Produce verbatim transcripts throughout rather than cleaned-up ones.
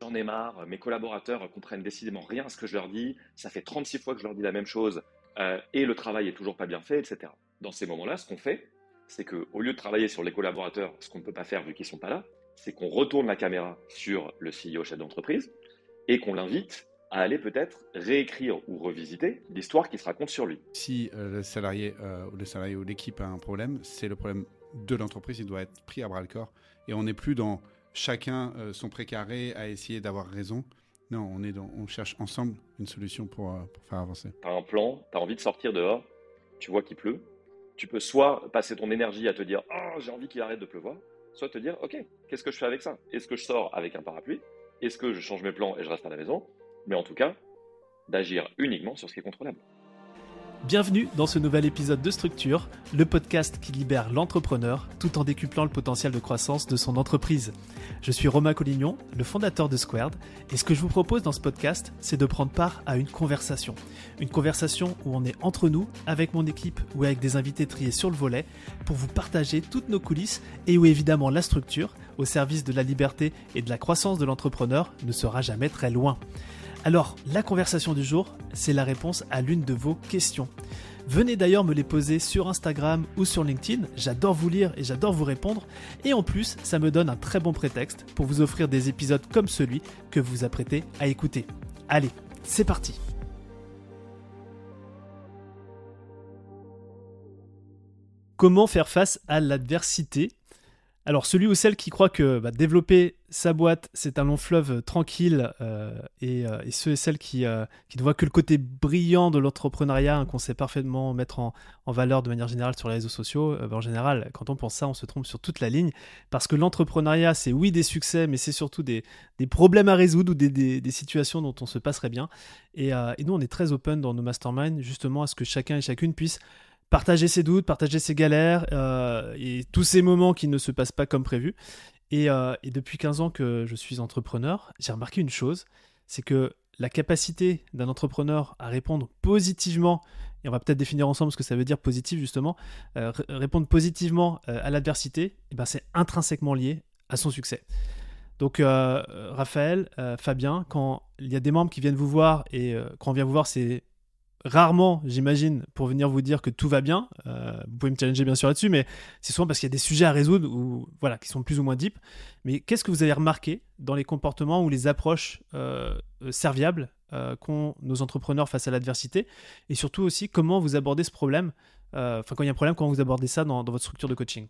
j'en ai marre, mes collaborateurs comprennent décidément rien à ce que je leur dis, ça fait trente-six fois que je leur dis la même chose euh, et le travail est toujours pas bien fait, et cetera. Dans ces moments-là, ce qu'on fait, c'est qu'au lieu de travailler sur les collaborateurs, ce qu'on ne peut pas faire vu qu'ils ne sont pas là, c'est qu'on retourne la caméra sur le C E O chef d'entreprise et qu'on l'invite à aller peut-être réécrire ou revisiter l'histoire qui se raconte sur lui. Si euh, le salarié euh, ou le salarié ou l'équipe a un problème, c'est le problème de l'entreprise, il doit être pris à bras le corps. Et on n'est plus dans chacun euh, son précaré à essayer d'avoir raison. Non, on, est dans, on cherche ensemble une solution pour, euh, pour faire avancer. Tu as un plan, tu as envie de sortir dehors, tu vois qu'il pleut, tu peux soit passer ton énergie à te dire « Oh, j'ai envie qu'il arrête de pleuvoir », soit te dire « Ok, qu'est-ce que je fais avec ça ? Est-ce que je sors avec un parapluie ? Est-ce que je change mes plans et je reste à la maison ?» Mais en tout cas, d'agir uniquement sur ce qui est contrôlable. Bienvenue dans ce nouvel épisode de Structure, le podcast qui libère l'entrepreneur tout en décuplant le potentiel de croissance de son entreprise. Je suis Romain Collignon, le fondateur de Squared, et ce que je vous propose dans ce podcast, c'est de prendre part à une conversation. Une conversation où on est entre nous, avec mon équipe ou avec des invités triés sur le volet, pour vous partager toutes nos coulisses et où évidemment la structure, au service de la liberté et de la croissance de l'entrepreneur, ne sera jamais très loin. Alors, la conversation du jour, c'est la réponse à l'une de vos questions. Venez d'ailleurs me les poser sur Instagram ou sur LinkedIn, j'adore vous lire et j'adore vous répondre. Et en plus, ça me donne un très bon prétexte pour vous offrir des épisodes comme celui que vous vous apprêtez à écouter. Allez, c'est parti! Comment faire face à l'adversité ? Alors, celui ou celle qui croit que bah, développer sa boîte, c'est un long fleuve tranquille, euh, et, euh, et ceux et celles qui, euh, qui ne voient que le côté brillant de l'entrepreneuriat, hein, qu'on sait parfaitement mettre en, en valeur de manière générale sur les réseaux sociaux, euh, bah, en général, quand on pense ça, on se trompe sur toute la ligne. Parce que l'entrepreneuriat, c'est oui des succès, mais c'est surtout des, des problèmes à résoudre ou des, des, des situations dont on se passerait bien. Et, euh, et nous, on est très open dans nos masterminds, justement, à ce que chacun et chacune puisse partager ses doutes, partager ses galères euh, et tous ces moments qui ne se passent pas comme prévu. Et, euh, et depuis quinze ans que je suis entrepreneur, j'ai remarqué une chose, c'est que la capacité d'un entrepreneur à répondre positivement, et on va peut-être définir ensemble ce que ça veut dire positif justement, euh, r- répondre positivement euh, à l'adversité, eh ben c'est intrinsèquement lié à son succès. Donc euh, Raphaël, euh, Fabien, quand il y a des membres qui viennent vous voir et euh, quand on vient vous voir, c'est rarement, j'imagine, pour venir vous dire que tout va bien. Euh, vous pouvez me challenger bien sûr là-dessus, mais c'est souvent parce qu'il y a des sujets à résoudre ou, voilà, qui sont plus ou moins deep. Mais qu'est-ce que vous avez remarqué dans les comportements ou les approches euh, serviables euh, qu'ont nos entrepreneurs face à l'adversité? Et surtout aussi, comment vous abordez ce problème, euh, enfin quand il y a un problème, comment vous abordez ça dans, dans votre structure de coaching?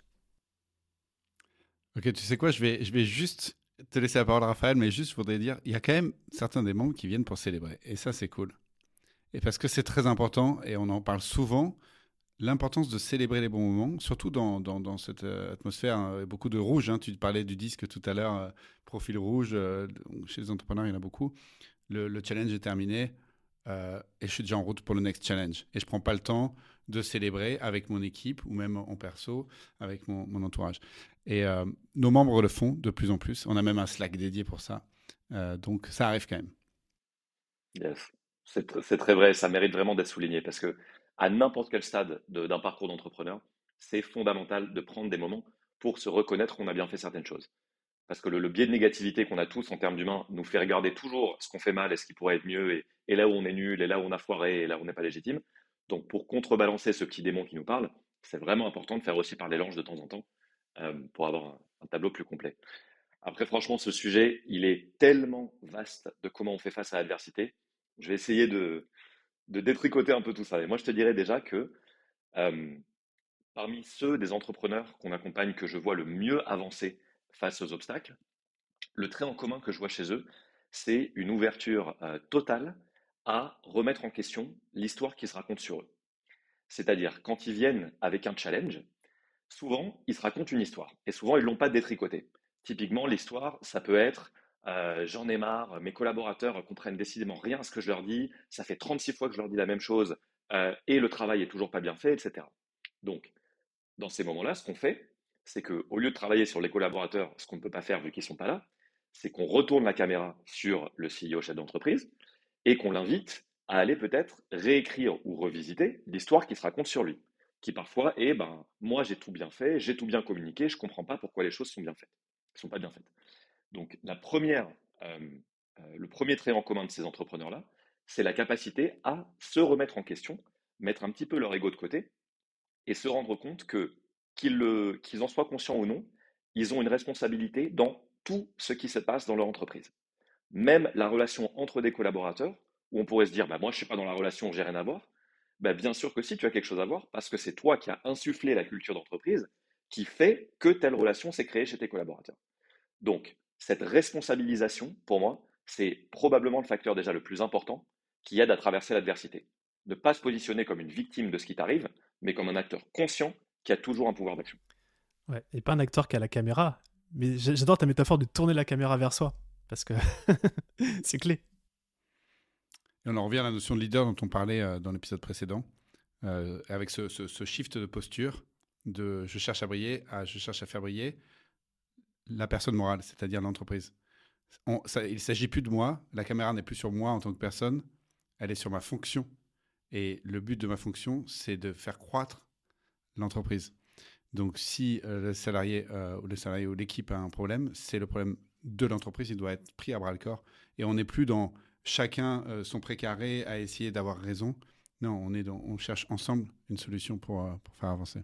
Ok, tu sais quoi, je vais, je vais juste te laisser la parole, Raphaël, mais juste je voudrais dire, il y a quand même certains des membres qui viennent pour célébrer. Et ça, c'est cool. Et parce que c'est très important, et on en parle souvent, l'importance de célébrer les bons moments, surtout dans, dans, dans cette euh, atmosphère, hein, beaucoup de rouge. Hein, tu parlais du disque tout à l'heure, euh, profil rouge. Euh, chez les entrepreneurs, il y en a beaucoup. Le, le challenge est terminé euh, et je suis déjà en route pour le next challenge. Et je ne prends pas le temps de célébrer avec mon équipe ou même en perso, avec mon, mon entourage. Et euh, nos membres le font de plus en plus. On a même un Slack dédié pour ça. Euh, donc, ça arrive quand même. Yes. C'est, tr- c'est très vrai, ça mérite vraiment d'être souligné parce que à n'importe quel stade de- d'un parcours d'entrepreneur, c'est fondamental de prendre des moments pour se reconnaître qu'on a bien fait certaines choses. Parce que le, le biais de négativité qu'on a tous en termes d'humains nous fait regarder toujours ce qu'on fait mal et ce qui pourrait être mieux, et, et là où on est nul, et là où on a foiré, et là où on n'est pas légitime. Donc pour contrebalancer ce petit démon qui nous parle, c'est vraiment important de faire aussi parler l'ange de temps en temps euh, pour avoir un, un tableau plus complet. Après, franchement, ce sujet, il est tellement vaste de comment on fait face à l'adversité. Je vais essayer de, de détricoter un peu tout ça. Et moi, je te dirais déjà que euh, parmi ceux des entrepreneurs qu'on accompagne que je vois le mieux avancer face aux obstacles, le trait en commun que je vois chez eux, c'est une ouverture euh, totale à remettre en question l'histoire qui se raconte sur eux. C'est-à-dire, quand ils viennent avec un challenge, souvent, ils se racontent une histoire. Et souvent, ils ne l'ont pas détricotée. Typiquement, l'histoire, ça peut être euh, j'en ai marre, mes collaborateurs comprennent décidément rien à ce que je leur dis, ça fait trente-six fois que je leur dis la même chose, euh, et le travail est toujours pas bien fait, et cetera. Donc, dans ces moments-là, ce qu'on fait, c'est qu'au lieu de travailler sur les collaborateurs, ce qu'on ne peut pas faire vu qu'ils ne sont pas là, c'est qu'on retourne la caméra sur le C E O chef d'entreprise et qu'on l'invite à aller peut-être réécrire ou revisiter l'histoire qui se raconte sur lui, qui parfois est, ben, moi j'ai tout bien fait, j'ai tout bien communiqué, je ne comprends pas pourquoi les choses sont bien faites, sont pas bien faites. Donc la première euh, euh, le premier trait en commun de ces entrepreneurs-là, c'est la capacité à se remettre en question, mettre un petit peu leur ego de côté et se rendre compte que qu'ils le- qu'ils en soient conscients ou non, ils ont une responsabilité dans tout ce qui se passe dans leur entreprise. Même la relation entre des collaborateurs, où on pourrait se dire, bah, moi je ne suis pas dans la relation, j'ai rien à voir. Bah, bien sûr que si, tu as quelque chose à voir, parce que c'est toi qui as insufflé la culture d'entreprise qui fait que telle relation s'est créée chez tes collaborateurs. Donc, cette responsabilisation, pour moi, c'est probablement le facteur déjà le plus important qui aide à traverser l'adversité. Ne pas se positionner comme une victime de ce qui t'arrive, mais comme un acteur conscient qui a toujours un pouvoir d'action. Ouais, et pas un acteur qui a la caméra. Mais j'- j'adore ta métaphore de tourner la caméra vers soi. Parce que c'est clé. Et on en revient à la notion de leader dont on parlait euh, dans l'épisode précédent, euh, avec ce, ce, ce shift de posture de je cherche à briller à je cherche à faire briller la personne morale, c'est-à-dire l'entreprise. On, ça, il ne s'agit plus de moi, la caméra n'est plus sur moi en tant que personne, elle est sur ma fonction. Et le but de ma fonction, c'est de faire croître l'entreprise. Donc si euh, le salarié euh, ou le salarié ou l'équipe a un problème, c'est le problème de l'entreprise, il doit être pris à bras le corps. Et on n'est plus dans chacun euh, son précaré à essayer d'avoir raison. Non, on, est dans, on cherche ensemble une solution pour, euh, pour faire avancer.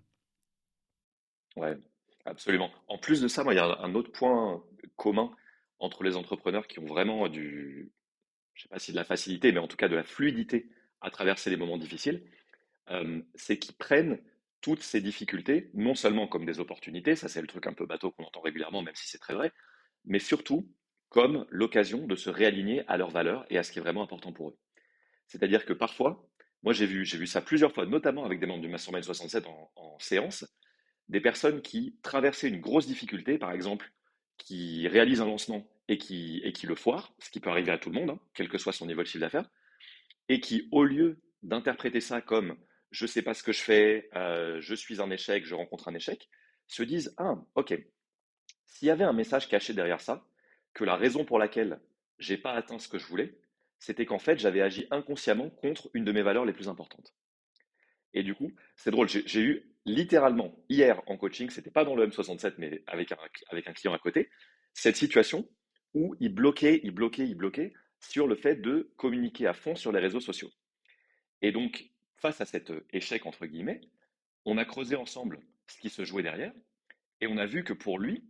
Ouais, absolument. En plus de ça, moi, il y a un un autre point commun entre les entrepreneurs qui ont vraiment du, je sais pas si de la facilité, mais en tout cas de la fluidité à traverser les moments difficiles, euh, c'est qu'ils prennent toutes ces difficultés, non seulement comme des opportunités, ça c'est le truc un peu bateau qu'on entend régulièrement, même si c'est très vrai, mais surtout comme l'occasion de se réaligner à leurs valeurs et à ce qui est vraiment important pour eux. C'est-à-dire que parfois, moi j'ai vu, j'ai vu ça plusieurs fois, notamment avec des membres du Mastermind soixante-sept en, en séance, des personnes qui traversaient une grosse difficulté, par exemple, qui réalisent un lancement et qui, et qui le foirent, ce qui peut arriver à tout le monde, hein, quel que soit son niveau de chiffre d'affaires, et qui, au lieu d'interpréter ça comme je ne sais pas ce que je fais, euh, je suis un échec, je rencontre un échec, se disent ah, ok, s'il y avait un message caché derrière ça, que la raison pour laquelle j'ai pas atteint ce que je voulais, c'était qu'en fait j'avais agi inconsciemment contre une de mes valeurs les plus importantes. Et du coup, c'est drôle, j'ai j'ai eu littéralement hier en coaching, c'était pas dans le M soixante-sept, mais avec un, avec un client à côté, cette situation où il bloquait, il bloquait, il bloquait sur le fait de communiquer à fond sur les réseaux sociaux. Et donc, face à cet euh, échec, entre guillemets, on a creusé ensemble ce qui se jouait derrière, et on a vu que pour lui,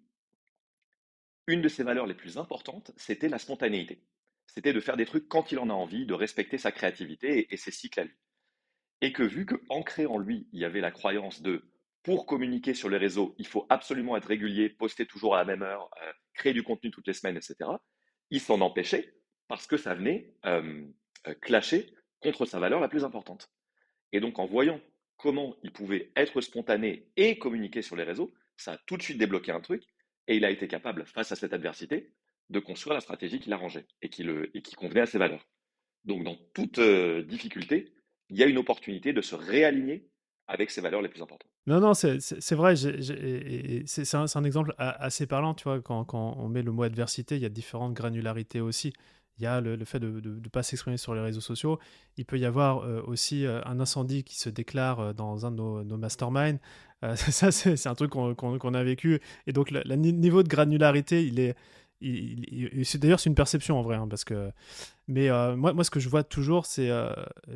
une de ses valeurs les plus importantes, c'était la spontanéité. C'était de faire des trucs quand il en a envie, de respecter sa créativité et, et ses cycles à lui. Et que vu que ancré en lui, il y avait la croyance de pour communiquer sur les réseaux, il faut absolument être régulier, poster toujours à la même heure, euh, créer du contenu toutes les semaines, et cetera. Il s'en empêchait parce que ça venait euh, euh, clasher contre sa valeur la plus importante. Et donc en voyant comment il pouvait être spontané et communiquer sur les réseaux, ça a tout de suite débloqué un truc et il a été capable, face à cette adversité, de construire la stratégie qui l'arrangeait et qui, le, et qui convenait à ses valeurs. Donc, dans toute euh, difficulté, il y a une opportunité de se réaligner avec ses valeurs les plus importantes. Non, non, c'est c'est- c'est vrai. j'ai- j'ai- et- et c'est c'est un, c'est un exemple a- assez parlant, tu vois. Quand, quand on met le mot adversité, il y a différentes granularités aussi. Il y a le, le fait de ne pas s'exprimer sur les réseaux sociaux. Il peut y avoir euh, aussi euh, un incendie qui se déclare euh, dans un de nos, nos masterminds. Euh, ça, c'est c'est un truc qu'on qu'on- qu'on a vécu. Et donc, le, le ni- niveau de granularité, il est. il- il- il- c'est- D'ailleurs, c'est une perception en vrai, hein, parce que mais euh, moi, moi, ce que je vois toujours, c'est, euh,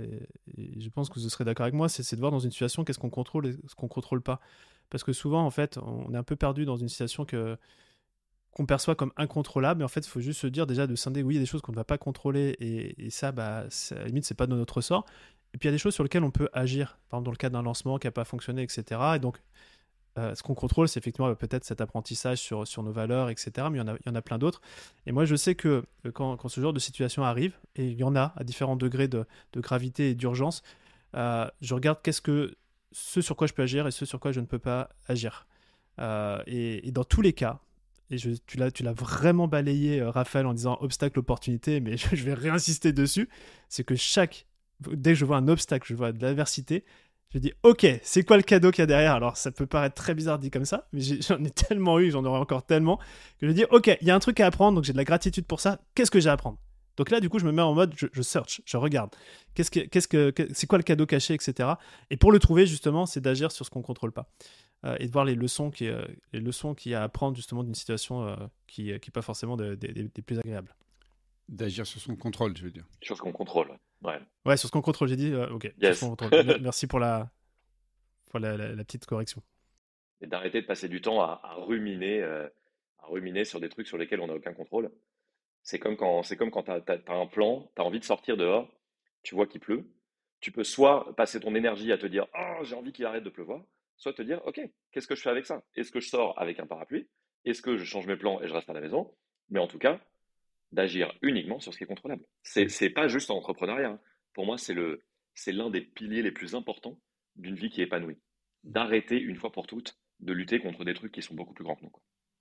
et- et je pense que vous serez d'accord avec moi, c'est c'est de voir dans une situation qu'est-ce qu'on contrôle et ce qu'on contrôle pas. Parce que souvent, en fait, on est un peu perdu dans une situation que qu'on perçoit comme incontrôlable, mais en fait, il faut juste se dire déjà de scinder, oui, il y a des choses qu'on ne va pas contrôler, et, et ça, bah, c'est- à la limite, c'est pas de notre ressort. Et puis il y a des choses sur lesquelles on peut agir, par exemple dans le cas d'un lancement qui n'a pas fonctionné, et cetera. Et donc, euh, ce qu'on contrôle, c'est effectivement euh, peut-être cet apprentissage sur, sur nos valeurs, et cetera. Mais il y en a, il y en a plein d'autres. Et moi, je sais que euh, quand, quand ce genre de situation arrive, et il y en a à différents degrés de, de gravité et d'urgence, euh, je regarde qu'est-ce que ce sur quoi je peux agir et ce sur quoi je ne peux pas agir. Euh, et, et dans tous les cas, et je, tu l'as tu l'as vraiment balayé, euh, Raphaël, en disant obstacle, opportunité, mais je, je vais réinsister dessus, c'est que chaque, dès que je vois un obstacle, je vois de l'adversité, je dis ok, c'est quoi le cadeau qu'il y a derrière? Alors ça peut paraître très bizarre dit comme ça, mais j'ai- j'en ai tellement eu, j'en aurai encore tellement, que je dis ok, il y a un truc à apprendre, donc j'ai de la gratitude pour ça, qu'est-ce que j'ai à apprendre? Donc là, du coup, je me mets en mode, je, je search, je regarde. Qu'est-ce que, qu'est-ce que, que- c'est quoi le cadeau caché, et cetera. Et pour le trouver, justement, c'est d'agir sur ce qu'on contrôle pas. euh, et de voir les leçons qui, euh, les leçons qu'il y a à apprendre justement d'une situation euh, qui n'est pas forcément de- de- des des plus agréables. D'agir sur son contrôle, je veux dire. Chose qu'on contrôle. Ouais. Ouais, sur ce qu'on contrôle, j'ai dit, euh, ok, sur ce qu'on Yes. contrôle. Mer- Merci pour la, pour la, la- la petite correction. Et d'arrêter de passer du temps à, à ruminer, euh, à ruminer sur des trucs sur lesquels on n'a aucun contrôle. C'est comme quand, c'est comme quand tu as, un plan, tu as envie de sortir dehors, tu vois qu'il pleut. Tu peux soit passer ton énergie à te dire oh, j'ai envie qu'il arrête de pleuvoir, soit te dire ok, qu'est-ce que je fais avec ça? Est-ce que je sors avec un parapluie? Est-ce que je change mes plans et je reste à la maison? Mais en tout cas, d'agir uniquement sur ce qui est contrôlable. C'est, c'est pas juste en entrepreneuriat, hein. Pour moi, c'est le, c'est l'un des piliers les plus importants d'une vie qui est épanouie. D'arrêter une fois pour toutes de lutter contre des trucs qui sont beaucoup plus grands que nous, quoi.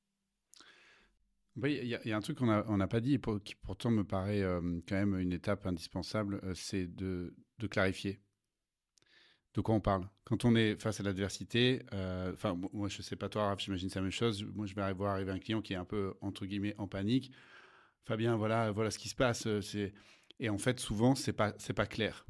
Oui, il y, a- il y a un truc qu'on n'a on n'a pas dit et pour- qui pourtant me paraît euh, quand même une étape indispensable, euh, c'est de, de clarifier de quoi on parle. Quand on est face à l'adversité, euh, enfin, mo- moi je sais pas toi, Raph, j'imagine c'est la même chose. Moi je vais voir arriver un client qui est un peu entre guillemets en panique. Fabien, voilà, voilà ce qui se passe. euh, C'est et en fait souvent c'est pas c'est pas clair.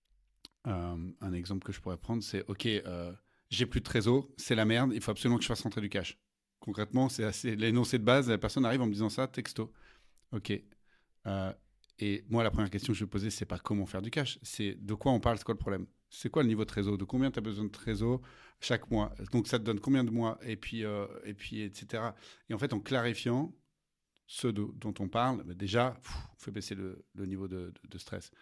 Euh, un exemple que je pourrais prendre, c'est ok, euh, j'ai plus de trésor, c'est la merde, il faut absolument que je fasse rentrer du cash. Concrètement, c'est assez l'énoncé de base. La personne arrive en me disant ça, texto. Ok. Euh, et moi, la première question que je vais poser, c'est pas comment faire du cash, c'est de quoi on parle, c'est quoi le problème. C'est quoi le niveau de trésor, de combien tu as besoin de trésor chaque mois. Donc ça te donne combien de mois, et puis, euh, et puis et cetera. Et en fait, en clarifiant ce do- dont on parle, bah, déjà, pff, on fait baisser le, le niveau de, de- de stress.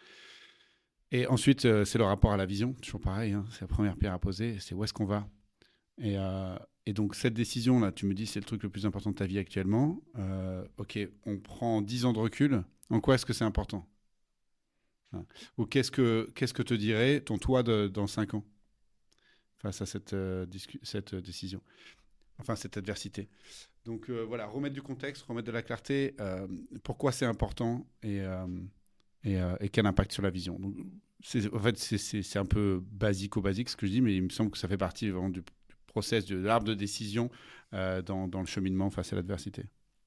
Et ensuite, euh, c'est le rapport à la vision, toujours pareil, hein, c'est la première pierre à poser, c'est où est-ce qu'on va. Et, euh, et donc, cette décision-là, tu me dis, c'est le truc le plus important de ta vie actuellement. Euh, ok, on prend dix ans de recul. En quoi est-ce que c'est important? Hein. Ou qu'est-ce que, qu'est-ce que te dirait ton toi de, dans cinq ans face à cette, euh, discu- cette euh, décision? Enfin, cette adversité. Donc, euh, voilà, remettre du contexte, remettre de la clarté. Euh, pourquoi c'est important et, euh, et, euh, et quel impact sur la vision. Donc, c'est, en fait, c'est, c'est, c'est un peu basico-basique ce que je dis, mais il me semble que ça fait partie vraiment du process, de l'arbre de décision euh, dans, dans le cheminement face à l'adversité.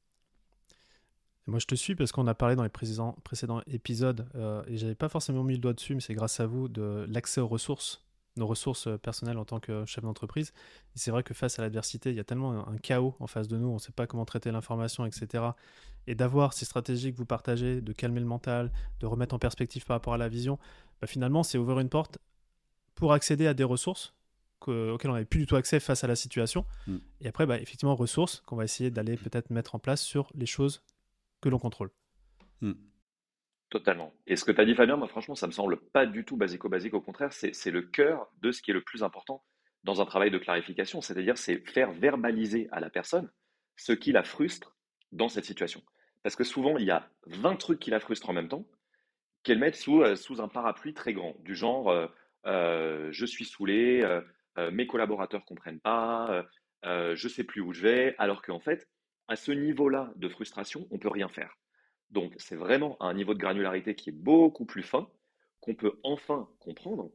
Et moi, je te suis parce qu'on a parlé dans les précédents, précédents épisodes, euh, et j'avais pas forcément mis le doigt dessus, mais c'est grâce à vous, de l'accès aux ressources, nos ressources euh, personnelles en tant que chef d'entreprise. Et c'est vrai que face à l'adversité, il y a tellement un, un chaos en face de nous, on ne sait pas comment traiter l'information, et cetera. Et d'avoir ces stratégies que vous partagez, de calmer le mental, de remettre en perspective par rapport à la vision, bah, finalement, c'est ouvrir une porte pour accéder à des ressources que- auxquelles on n'avait plus du tout accès face à la situation. Mm. Et après, bah, effectivement, ressources qu'on va essayer d'aller peut-être mettre en place sur les choses que l'on contrôle. Mm. Totalement. Et ce que tu as dit, Fabien, moi, franchement, ça me semble pas du tout basico-basique. Au contraire, c'est, c'est le cœur de ce qui est le plus important dans un travail de clarification. C'est-à-dire, c'est faire verbaliser à la personne ce qui la frustre dans cette situation. Parce que souvent, il y a vingt trucs qui la frustrent en même temps, qu'elle mette sous, euh, sous un parapluie très grand, du genre euh, euh, je suis saoulé, euh, euh, mes collaborateurs comprennent pas, euh, euh, je sais plus où je vais, alors qu'en fait, à ce niveau-là de frustration, on peut rien faire. Donc, c'est vraiment un niveau de granularité qui est beaucoup plus fin, qu'on peut enfin comprendre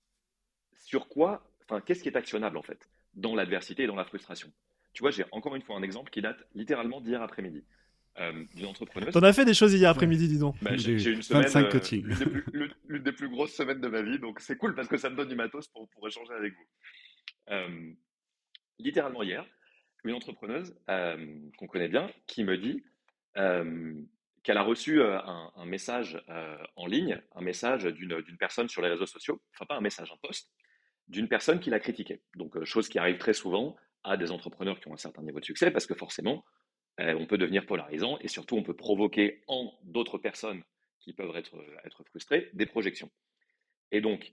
sur quoi, enfin, qu'est-ce qui est actionnable en fait, dans l'adversité et dans la frustration. Tu vois, j'ai encore une fois un exemple qui date littéralement d'hier après-midi, euh, d'une entrepreneuse. T'en as fait des choses hier Ouais. après-midi, dis donc. Bah, j'ai Des j'ai une semaine, vingt-cinq euh, coachings. l'une des plus, l'une- l'une des plus grosses semaines de ma vie, donc c'est cool parce que ça me donne du matos pour, pour échanger avec vous. Euh, littéralement hier, une entrepreneuse euh, qu'on connaît bien qui me dit euh, qu'elle a reçu euh, un, un message euh, en ligne, un message d'une d'une personne sur les réseaux sociaux, enfin pas un message, un post, d'une personne qui l'a critiqué. Donc, euh, chose qui arrive très souvent à des entrepreneurs qui ont un certain niveau de succès parce que forcément, euh, on peut devenir polarisant et surtout on peut provoquer en d'autres personnes qui peuvent être, être frustrées des projections. Et donc,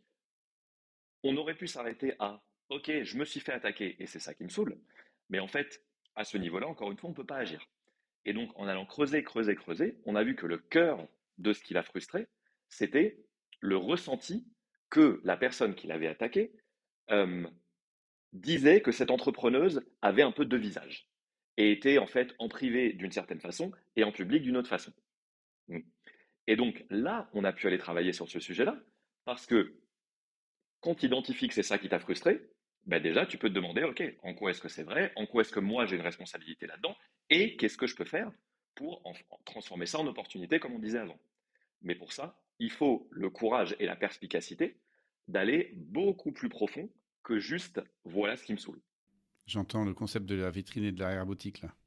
on aurait pu s'arrêter à ok, je me suis fait attaquer et c'est ça qui me saoule, mais en fait, à ce niveau-là, encore une fois, on ne peut pas agir. Et donc, en allant creuser, creuser, creuser, on a vu que le cœur de ce qui l'a frustré, c'était le ressenti que la personne qui l'avait attaqué euh, disait que cette entrepreneuse avait un peu deux visages et était en fait en privé d'une certaine façon et en public d'une autre façon. Et donc là, on a pu aller travailler sur ce sujet-là parce que quand tu identifies que c'est ça qui t'a frustré, ben déjà, tu peux te demander, OK, en quoi est-ce que c'est vrai? En quoi est-ce que moi j'ai une responsabilité là-dedans? Et qu'est-ce que je peux faire pour en, en transformer ça en opportunité, comme on disait avant? Mais pour ça, il faut le courage et la perspicacité d'aller beaucoup plus profond que juste voilà ce qui me saoule. J'entends le concept de la vitrine et de l'arrière-boutique, là,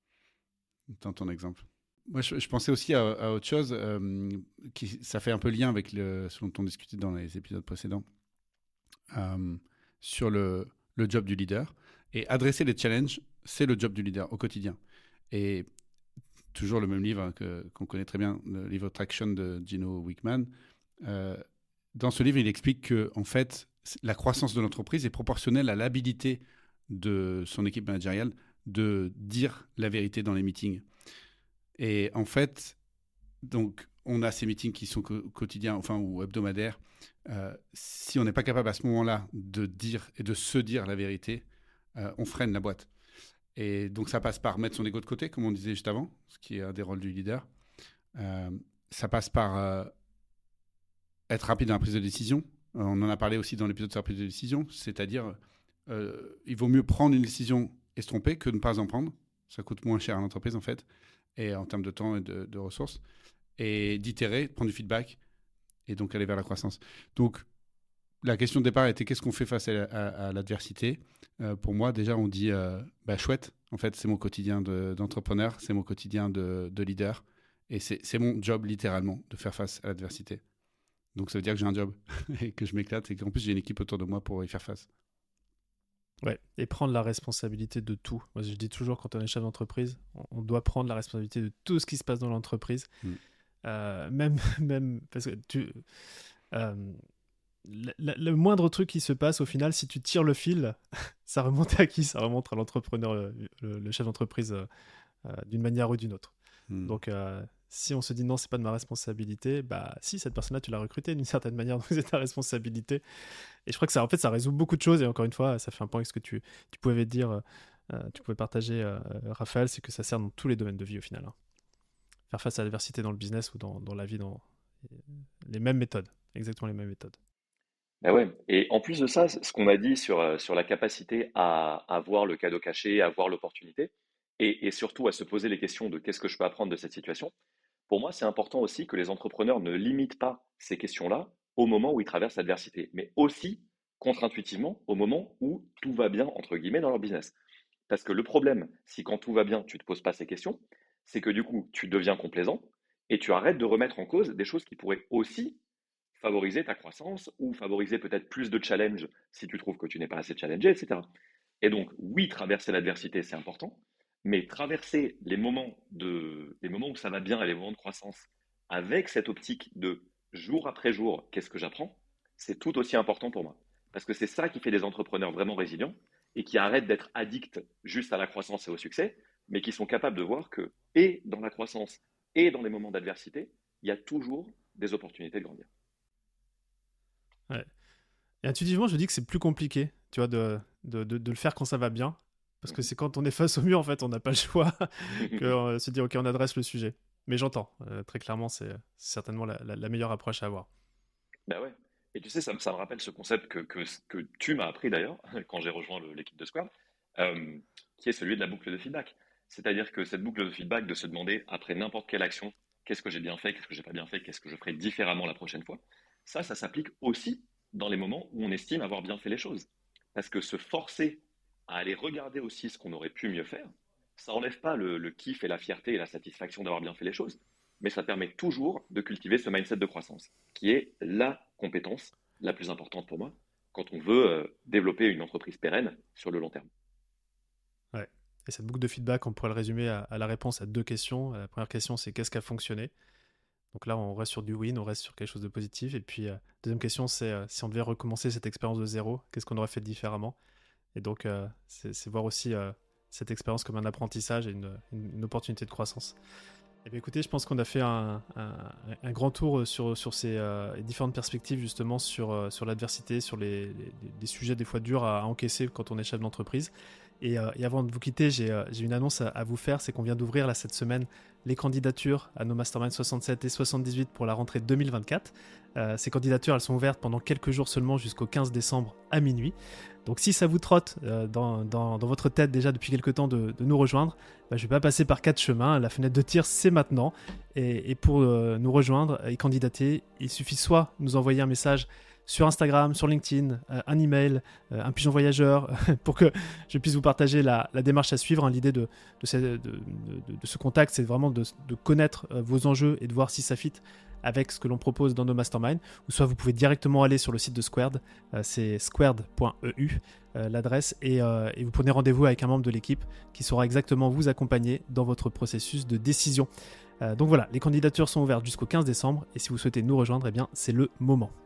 dans ton exemple. Moi, je, je pensais aussi à, à autre chose, euh, qui, ça fait un peu lien avec le, ce dont on discutait dans les épisodes précédents, euh, sur le, le job du leader. Et adresser les challenges, c'est le job du leader au quotidien. Et toujours le même livre hein, que, qu'on connaît très bien, le livre Traction de Gino Wickman. Euh, dans ce livre, il explique que, en fait, la croissance de l'entreprise est proportionnelle à l'habilité de son équipe managériale de dire la vérité dans les meetings. Et en fait, donc, on a ces meetings qui sont co- quotidiens, enfin, ou hebdomadaires. Euh, si on n'est pas capable à ce moment-là de dire et de se dire la vérité, euh, on freine la boîte. Et donc, ça passe par mettre son ego de côté, comme on disait juste avant, ce qui est un des rôles du leader. Euh, ça passe par euh, être rapide dans la prise de décision. Euh, on en a parlé aussi dans l'épisode sur la prise de décision, c'est-à-dire, euh, il vaut mieux prendre une décision et se tromper que de ne pas en prendre. Ça coûte moins cher à l'entreprise, en fait, et en termes de temps et de, de ressources. Et d'itérer, prendre du feedback, et donc aller vers la croissance. Donc, la question de départ était qu'est-ce qu'on fait face à, à, à l'adversité. Euh, pour moi, déjà, on dit euh, bah, chouette, en fait, c'est mon quotidien de, d'entrepreneur, c'est mon quotidien de, de leader, et c'est, c'est mon job, littéralement, de faire face à l'adversité. Donc, ça veut dire que j'ai un job, et que je m'éclate, et qu'en plus, j'ai une équipe autour de moi pour y faire face. Ouais, et prendre la responsabilité de tout. Moi, je dis toujours, quand on est chef d'entreprise, on, on doit prendre la responsabilité de tout ce qui se passe dans l'entreprise. Mm. Euh, même, même, parce que tu... Euh, Le, le moindre truc qui se passe, au final, si tu tires le fil, ça remonte à qui? Ça remonte à l'entrepreneur, le, le chef d'entreprise, euh, euh, d'une manière ou d'une autre. Mm. Donc, euh, si on se dit non, c'est pas de ma responsabilité, bah si, cette personne-là, tu l'as recrutée d'une certaine manière, donc c'est ta responsabilité. Et je crois que ça, en fait, ça résout beaucoup de choses. Et encore une fois, ça fait un point avec ce que tu, tu pouvais dire, euh, tu pouvais partager, euh, Raphaël, c'est que ça sert dans tous les domaines de vie au final. Hein. Faire face à l'adversité dans le business ou dans, dans la vie, dans les mêmes méthodes, exactement les mêmes méthodes. Ben ouais. Et en plus de ça, ce qu'on a dit sur, sur la capacité à, à voir le cadeau caché, à voir l'opportunité, et, et surtout à se poser les questions de qu'est-ce que je peux apprendre de cette situation, pour moi, c'est important aussi que les entrepreneurs ne limitent pas ces questions-là au moment où ils traversent l'adversité, mais aussi, contre-intuitivement, au moment où tout va bien, entre guillemets, dans leur business. Parce que le problème, si quand tout va bien, tu ne te poses pas ces questions, c'est que du coup, tu deviens complaisant et tu arrêtes de remettre en cause des choses qui pourraient aussi favoriser ta croissance ou favoriser peut-être plus de challenge si tu trouves que tu n'es pas assez challengé, et cetera. Et donc, oui, traverser l'adversité, c'est important, mais traverser les moments, de, les moments où ça va bien et les moments de croissance avec cette optique de jour après jour, qu'est-ce que j'apprends, c'est tout aussi important pour moi. Parce que c'est ça qui fait des entrepreneurs vraiment résilients et qui arrêtent d'être addicts juste à la croissance et au succès, mais qui sont capables de voir que, et dans la croissance et dans les moments d'adversité, il y a toujours des opportunités de grandir. Ouais. Et intuitivement, je dis que c'est plus compliqué, tu vois, de, de, de, de le faire quand ça va bien. Parce que c'est quand on est face au mur, en fait, on n'a pas le choix que euh, se dire, OK, on adresse le sujet. Mais j'entends, euh, très clairement, c'est, c'est certainement la, la, la meilleure approche à avoir. Ben ouais. Et tu sais, ça, ça me rappelle ce concept que, que, que tu m'as appris d'ailleurs, quand j'ai rejoint le, l'équipe de Square, euh, qui est celui de la boucle de feedback. C'est-à-dire que cette boucle de feedback, de se demander, après n'importe quelle action, qu'est-ce que j'ai bien fait, qu'est-ce que j'ai pas bien fait, qu'est-ce que je ferai différemment la prochaine fois, ça, ça s'applique aussi dans les moments où on estime avoir bien fait les choses. Parce que se forcer à aller regarder aussi ce qu'on aurait pu mieux faire, ça n'enlève pas le, le kiff et la fierté et la satisfaction d'avoir bien fait les choses, mais ça permet toujours de cultiver ce mindset de croissance, qui est la compétence la plus importante pour moi quand on veut euh, développer une entreprise pérenne sur le long terme. Ouais. Et cette boucle de feedback, on pourrait le résumer à, à la réponse à deux questions. La première question, c'est qu'est-ce qui a fonctionné ? Donc là, on reste sur du win, on reste sur quelque chose de positif. Et puis, euh, deuxième question, c'est euh, si on devait recommencer cette expérience de zéro, qu'est-ce qu'on aurait fait différemment ? Et donc, euh, c'est, c'est voir aussi euh, cette expérience comme un apprentissage et une, une, une opportunité de croissance. Eh bien, écoutez, je pense qu'on a fait un, un, un grand tour sur, sur ces euh, différentes perspectives, justement, sur, euh, sur l'adversité, sur les, les, les sujets des fois durs à, à encaisser quand on est chef d'entreprise. Et, euh, et avant de vous quitter, j'ai, euh, j'ai une annonce à, à vous faire, c'est qu'on vient d'ouvrir là cette semaine les candidatures à nos Mastermind soixante-sept et soixante-dix-huit pour la rentrée deux mille vingt-quatre. Euh, ces candidatures, elles sont ouvertes pendant quelques jours seulement jusqu'au quinze décembre à minuit. Donc si ça vous trotte euh, dans, dans, dans votre tête déjà depuis quelques temps de, de nous rejoindre, bah, je ne vais pas passer par quatre chemins. La fenêtre de tir, c'est maintenant. Et, et pour euh, nous rejoindre et candidater, il suffit soit nous envoyer un message sur Instagram, sur LinkedIn, euh, un email, euh, un pigeon voyageur, pour que je puisse vous partager la, la démarche à suivre. Hein. L'idée de, de, ce, de, de, de ce contact, c'est vraiment de, de connaître euh, vos enjeux et de voir si ça fit avec ce que l'on propose dans nos masterminds, ou soit vous pouvez directement aller sur le site de Squared, euh, c'est squared point e u euh, l'adresse, et, euh, et vous prenez rendez-vous avec un membre de l'équipe qui saura exactement vous accompagner dans votre processus de décision. Euh, donc voilà, les candidatures sont ouvertes jusqu'au quinze décembre, et si vous souhaitez nous rejoindre, eh bien c'est le moment.